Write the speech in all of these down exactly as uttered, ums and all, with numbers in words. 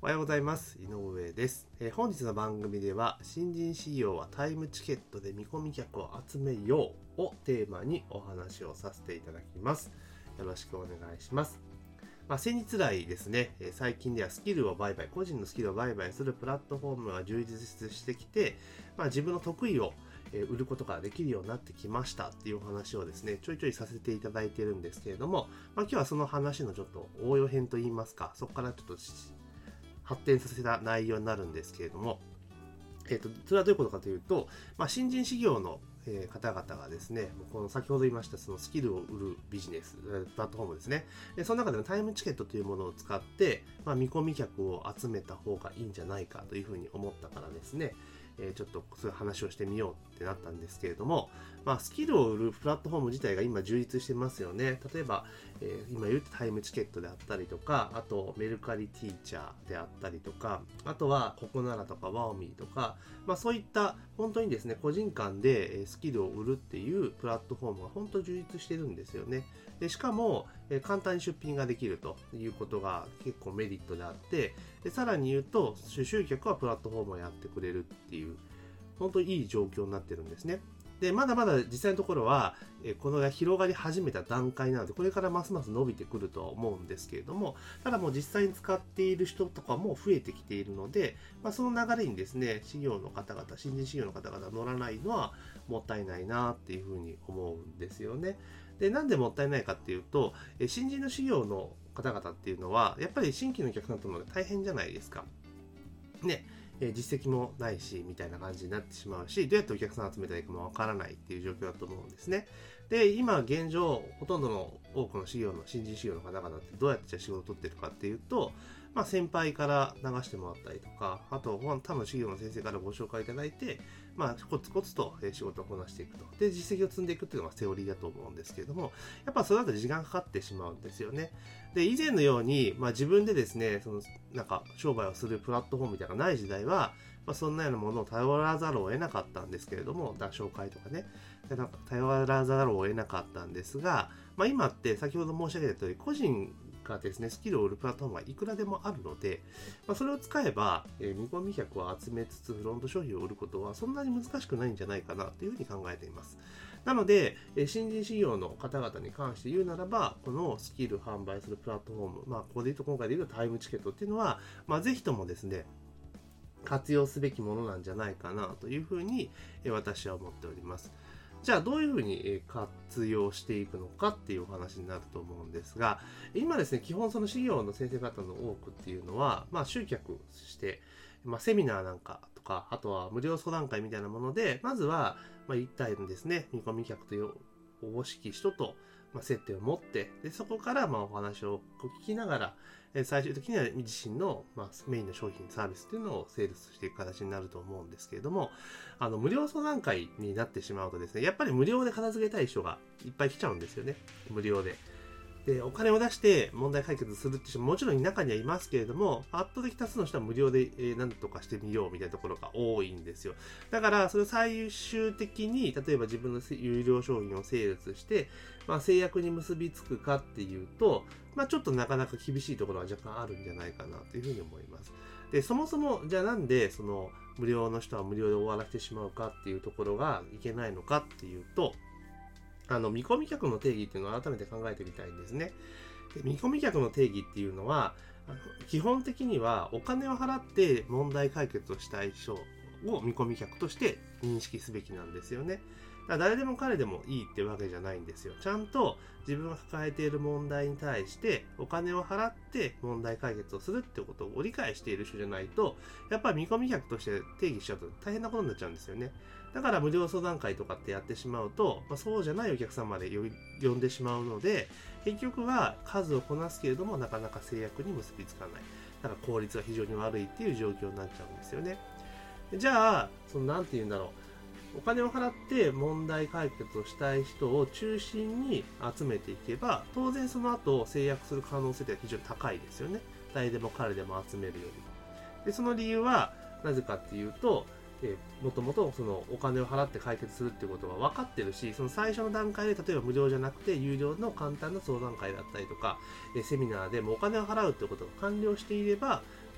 おはようございます。井上です。えー本日の番組では、新人企業はタイムチケットで見込み客を集めようをテーマにお話をさせていただきます。よろしくお願いします。まあ、先日来ですね、えー最近ではスキルを売買、個人のスキルを売買するプラットフォームが充実してきて、まあ、自分の得意をえー売ることができるようになってきましたっていうお話をですね、ちょいちょいさせていただいてるんですけれども、まあ、今日はその話のちょっと応用編といいますか、そこからちょっと発展させた内容になるんですけれども、えーと、それはどういうことかというと、まあ、新人修行のえー方々がですね、この先ほど言いましたそのスキルを売るビジネス、プラットフォームですね。でその中でのタイムチケットというものを使って、まあ、見込み客を集めた方がいいんじゃないかというふうに思ったからですね、えーちょっとそういう話をしてみようってなったんですけれども、まあ、スキルを売るプラットフォーム自体が今充実してますよね。例えば、えー今言ったタイムチケットであったりとか、あとメルカリティーチャーであったりとか、あとはココナラとかワオミーとか、まあ、そういった本当にですね、個人間でスキルを売るっていうプラットフォームが本当充実してるんですよね。でしかも、えー簡単に出品ができるということが結構メリットであって、でさらに言うと、収集客はプラットフォームをやってくれるっていう、本当にいい状況になってるんですね。で、まだまだ実際のところは、えーこのが広がり始めた段階なので、これからますます伸びてくるとは思うんですけれども、ただもう実際に使っている人とかも増えてきているので、まあ、その流れにですね、事業の方々、新人事業の方々乗らないのはもったいないなっていうふうに思うんですよね。で、なんでもったいないかっていうと、えー新人の事業の方々っていうのは、やっぱり新規のお客さんとので大変じゃないですか。ね。えー実績もないし、みたいな感じになってしまうし、どうやってお客さんを集めたらいいかもわからないっていう状況だと思うんですね。で、今現状、ほとんどの多くの事業の、新人事業の方々ってどうやってじゃあ仕事を取ってるかっていうと、まあ先輩から流してもらったりとか、あと他の事業の先生からご紹介いただいて、まあコツコツとえー仕事をこなしていくと。で、実績を積んでいくっていうのがセオリーだと思うんですけれども、やっぱそれだと時間かかってしまうんですよね。で、以前のように、まあ自分でですね、その、なんか商売をするプラットフォームみたいなのがない時代は、まあ、そんなようなものを頼らざるを得なかったんですけれども、だ紹介とかね、でなんか頼らざるを得なかったんですが、まあ、今って先ほど申し上げた通り、個人がですね、スキルを売るプラットフォームがいくらでもあるので、まあ、それを使えば、えー見込み客を集めつつフロント商品を売ることはそんなに難しくないんじゃないかなというふうに考えています。なので、えー新人事業の方々に関して言うならば、このスキル販売するプラットフォーム、まあ、ここで言うと今回で言うとタイムチケットっていうのは、まあ、ぜひともですね、活用すべきものなんじゃないかなというふうに私は思っております。じゃあどういうふうに活用していくのかっていうお話になると思うんですが、今ですね、基本その事業の先生方の多くっていうのは、まあ集客して、まあセミナーなんかとか、あとは無料相談会みたいなもので、まずは、まあ一体のですね、見込み客というおぼしき人と、まあ、接点を持って、で、そこからまあお話を聞きながら、最終的には自身の、まあ、メインの商品、サービスっていうのをセールスしていく形になると思うんですけれども、あの、無料相談会になってしまうとですね、やっぱり無料で片付けたい人がいっぱい来ちゃうんですよね。無料で。で、お金を出して問題解決するって人ももちろん中にはいますけれども、圧倒的多数の人は無料で、えー、何とかしてみようみたいなところが多いんですよ。だから、それを最終的に、例えば自分の有料商品をセールスして、まあ、制約に結びつくかっていうと、まあ、ちょっとなかなか厳しいところは若干あるんじゃないかなというふうに思います。で、そもそも、じゃあなんで、その、無料の人は無料で終わらせてしまうかっていうところがいけないのかっていうと、あの、見込み客の定義っていうのを改めて考えてみたいんですね。で見込み客の定義っていうのは、あの基本的にはお金を払って問題解決をしたい人を見込み客として認識すべきなんですよね。だから誰でも彼でもいいってわけじゃないんですよ。ちゃんと自分が抱えている問題に対してお金を払って問題解決をするってことを理解している人じゃないと、やっぱり見込み客として定義しちゃうと大変なことになっちゃうんですよね。だから無料相談会とかってやってしまうと、まあ、そうじゃないお客さんまで呼んでしまうので、結局は数をこなすけれどもなかなか制約に結びつかない。だから効率が非常に悪いっていう状況になっちゃうんですよね。じゃあ、そのなんて言うんだろう。お金を払って問題解決をしたい人を中心に集めていけば、当然その後制約する可能性って非常に高いですよね。誰でも彼でも集めるより。で、その理由はなぜかっていうと、えー、もともとそのお金を払って解決するっていうことが分かってるし、その最初の段階で例えば無料じゃなくて有料の簡単な相談会だったりとか、えー、セミナーでもお金を払うってことが完了していれば、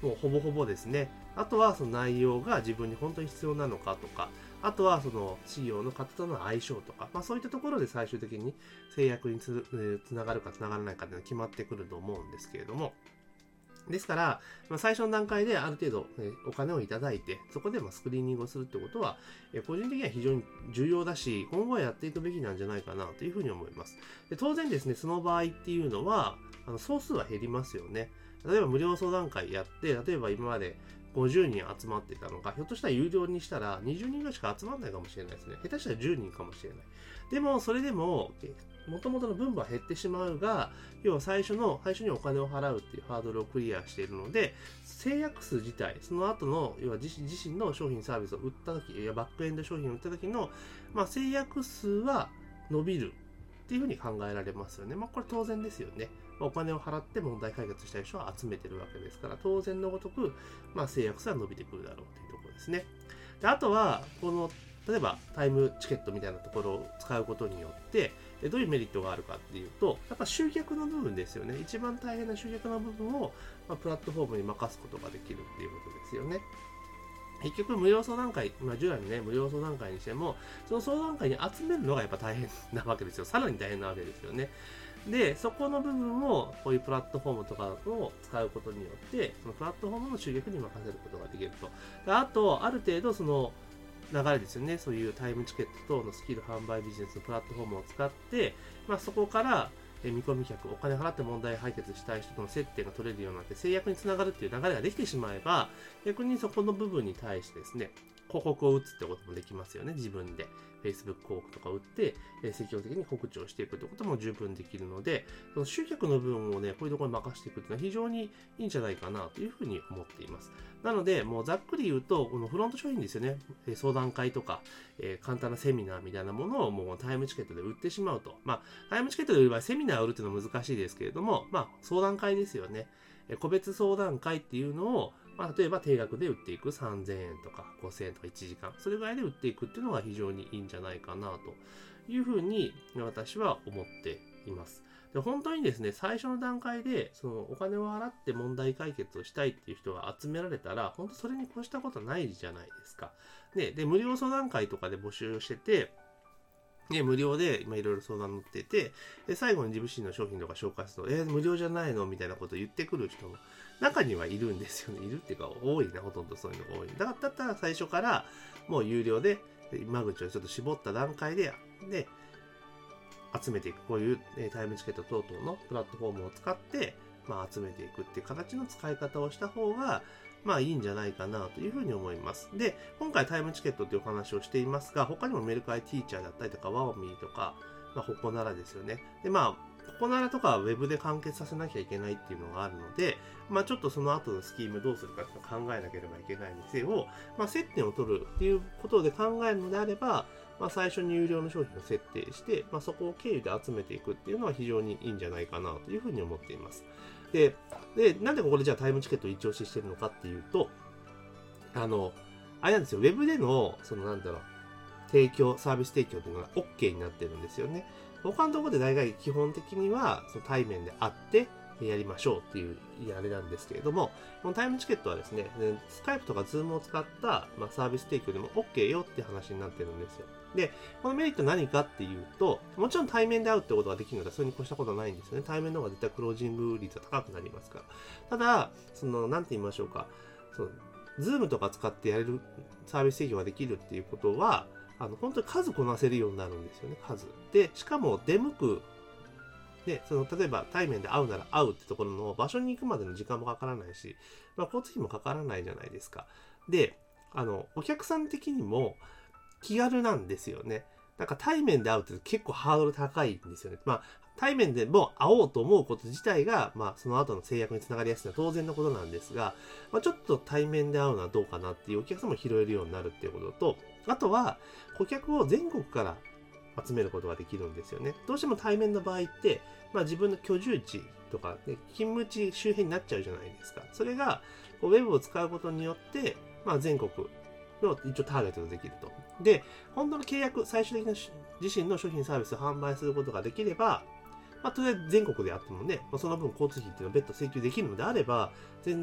もうほぼほぼですね。あとはその内容が自分に本当に必要なのかとか、あとはその事業の方との相性とか、まあそういったところで最終的に制約につ、つながるかつながらないかっていうのは決まってくると思うんですけれども、ですから、まあ、最初の段階である程度、えお金をいただいて、そこでまあスクリーニングをするってことは、え個人的には非常に重要だし、今後はやっていくべきなんじゃないかなというふうに思います。で当然ですね、その場合っていうのは、あの総数は減りますよね。例えば無料相談会やって、例えば今までごじゅうにん集まってたのが、ひょっとしたら有料にしたらにじゅうにんぐらいしか集まらないかもしれないですね。下手したらじゅうにんかもしれない。でも、それでも、元々の分母は減ってしまうが、要は最初の、最初にお金を払うっていうハードルをクリアしているので、制約数自体、その後の、要は自身自身の商品サービスを売った時、いやバックエンド商品を売った時の、まあ、制約数は伸びるっていうふうに考えられますよね。まあ、これ当然ですよね。お金を払って問題解決したい人は集めてるわけですから、当然のごとく、まあ、制約数は伸びてくるだろうというところですね。であとは、この、例えばタイムチケットみたいなところを使うことによって、どういうメリットがあるかっていうと、やっぱ集客の部分ですよね。一番大変な集客の部分を、まあ、プラットフォームに任すことができるっていうことですよね。結局無料相談会、まあ、従来のね、無料相談会にしても、その相談会に集めるのがやっぱ大変なわけですよ。さらに大変なわけですよね。で、そこの部分を、こういうプラットフォームとかを使うことによって、そのプラットフォームの集客に任せることができると。であと、ある程度その、流れですよね。そういうタイムチケット等のスキル販売ビジネスのプラットフォームを使って、まあ、そこから見込み客、お金払って問題解決したい人との接点が取れるようになって制約につながるっていう流れができてしまえば、逆にそこの部分に対してですね、広告を打つってこともできますよね。自分で Facebook 広告とか打って積極的に告知をしていくってことも十分できるので、その集客の部分をね、こういうところに任せていくっていうのは非常にいいんじゃないかなというふうに思っています。なので、もうざっくり言うと、このフロント商品ですよね。相談会とか、えー、簡単なセミナーみたいなものをもうタイムチケットで売ってしまうと。まあ、タイムチケットで売る場合、セミナーを売るっていうのは難しいですけれども、まあ、相談会ですよね。えー、個別相談会っていうのを、まあ、例えば定額で売っていくさんぜんえんとかごせんえんとかいちじかん、それぐらいで売っていくっていうのが非常にいいんじゃないかなというふうに私は思っています。で本当にですね、最初の段階でそのお金を払って問題解決をしたいっていう人が集められたら、本当それに越したことないじゃないですか。で、で無料相談会とかで募集してて、で無料で今いろいろ相談乗ってて、で最後に自分自身の商品とか紹介すると、えー、無料じゃないのみたいなことを言ってくる人も中にはいるんですよね。いるっていうか多いな、ほとんどそういうのが多い。だだったら最初からもう有料で間口をちょっと絞った段階で、で集めていく、こういうタイムチケット等々のプラットフォームを使って、まあ、集めていくっていう形の使い方をした方がまあいいんじゃないかなというふうに思います。で、今回タイムチケットというお話をしていますが、他にもメルカリティーチャーだったりとか、ワオミーとか、まあ、ホコナラですよね。で、まあ、ホコナラとかはウェブで完結させなきゃいけないっていうのがあるので、まあちょっとその後のスキームどうするかっていうのを考えなければいけないにせよ、まあ接点を取るっていうことで考えるのであれば、まあ最初に有料の商品を設定して、まあそこを経由で集めていくっていうのは非常にいいんじゃないかなというふうに思っています。で、で、なんでここでじゃあタイムチケットを一押ししてるのかっていうと、あの、あれなんですよ、ウェブでの、そのなんだろう、提供、サービス提供というのが OK になってるんですよね。他のところで大概基本的にはその対面で会ってやりましょうっていうあれなんですけれども、このタイムチケットはですね、スカイプとかズームを使った、まあ、サービス提供でも OK よって話になってるんですよ。で、このメリット何かっていうと、もちろん対面で会うってことができるので、それに越したことはないんですよね。対面の方が絶対クロージング率が高くなりますから。ただ、その、なんて言いましょうか、その、ズームとか使ってやれるサービス提供ができるっていうことは、あの本当に数こなせるようになるんですよね、数。で、しかも出向く、で、その例えば対面で会うなら会うってところの場所に行くまでの時間もかからないし、まあ、交通費もかからないじゃないですか。で、あの、お客さん的にも気軽なんですよね。なんか対面で会うって結構ハードル高いんですよね。まあ、対面でも会おうと思うこと自体が、まあ、その後の制約につながりやすいのは当然のことなんですが、まあ、ちょっと対面で会うのはどうかなっていうお客さんも拾えるようになるっていうことと、あとは、顧客を全国から集めることができるんですよね。どうしても対面の場合って、まあ、自分の居住地とか、ね、勤務地周辺になっちゃうじゃないですか。それが、ウェブを使うことによって、まあ、全国の一応ターゲットできると。で、本当の契約、最終的な自身の商品サービスを販売することができれば、まあ、とりあえず全国であってもね、まあ、その分交通費っていうのを別途請求できるのであれば、全然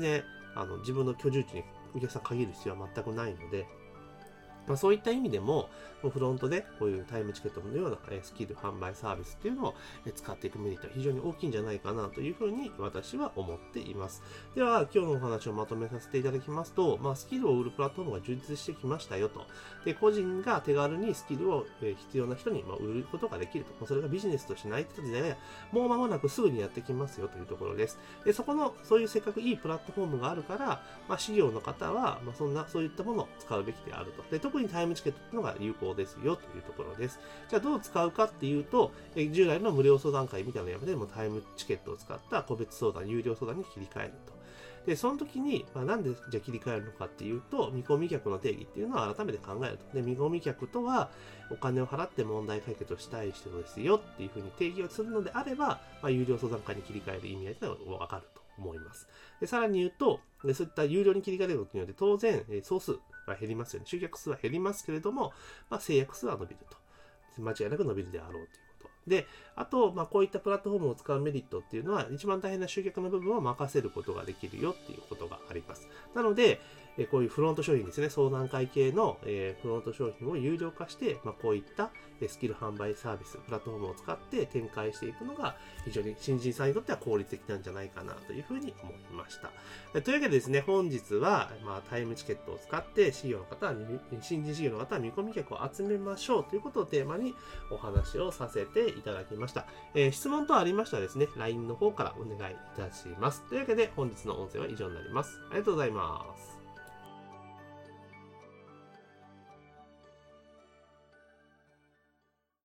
あの自分の居住地にお客さん限る必要は全くないので、まあ、そういった意味でも、フロントでこういうタイムチケットのようなスキル販売サービスっていうのを使っていくメリットは非常に大きいんじゃないかなというふうに私は思っています。では、今日のお話をまとめさせていただきますと、まあ、スキルを売るプラットフォームが充実してきましたよと。で、個人が手軽にスキルを必要な人に売ることができると。それがビジネスとして成り立つ時代がもう間もなくすぐにやってきますよというところです。で、そこの、そういうせっかくいいプラットフォームがあるから、まあ、事業の方は、まあ、そんな、そういったものを使うべきであると。で、特にタイムチケットっていうのが有効ですよというところです。じゃあどう使うかっていうと、え従来の無料相談会みたいなのやめて、もうタイムチケットを使った個別相談、有料相談に切り替えると。で、その時に、まあ、なんでじゃあ切り替えるのかっていうと、見込み客の定義っていうのは改めて考えると。で、見込み客とは、お金を払って問題解決をしたい人ですよっていうふうに定義をするのであれば、まあ、有料相談会に切り替える意味合いというのがわかると思います。で、さらに言うと、でそういった有料に切り替えることによって、当然、総数は減りますよね。集客数は減りますけれども、まあ、制約数は伸びると。間違いなく伸びるであろうということ。で、あと、まあ、こういったプラットフォームを使うメリットっていうのは、一番大変な集客の部分を任せることができるよっていうことがあります。なので、えこういうフロント商品ですね、相談会系の、えー、フロント商品を有料化して、まあ、こういったスキル販売サービス、プラットフォームを使って展開していくのが、非常に新人さんにとっては効率的なんじゃないかなというふうに思いました。というわけでですね、本日は、まあ、タイムチケットを使って、事業の方は、新人事業の方は見込み客を集めましょうということをテーマにお話をさせていただきました。えー、質問等ありましたらですね、ライン の方からお願いいたします。というわけで、本日の音声は以上になります。ありがとうございます。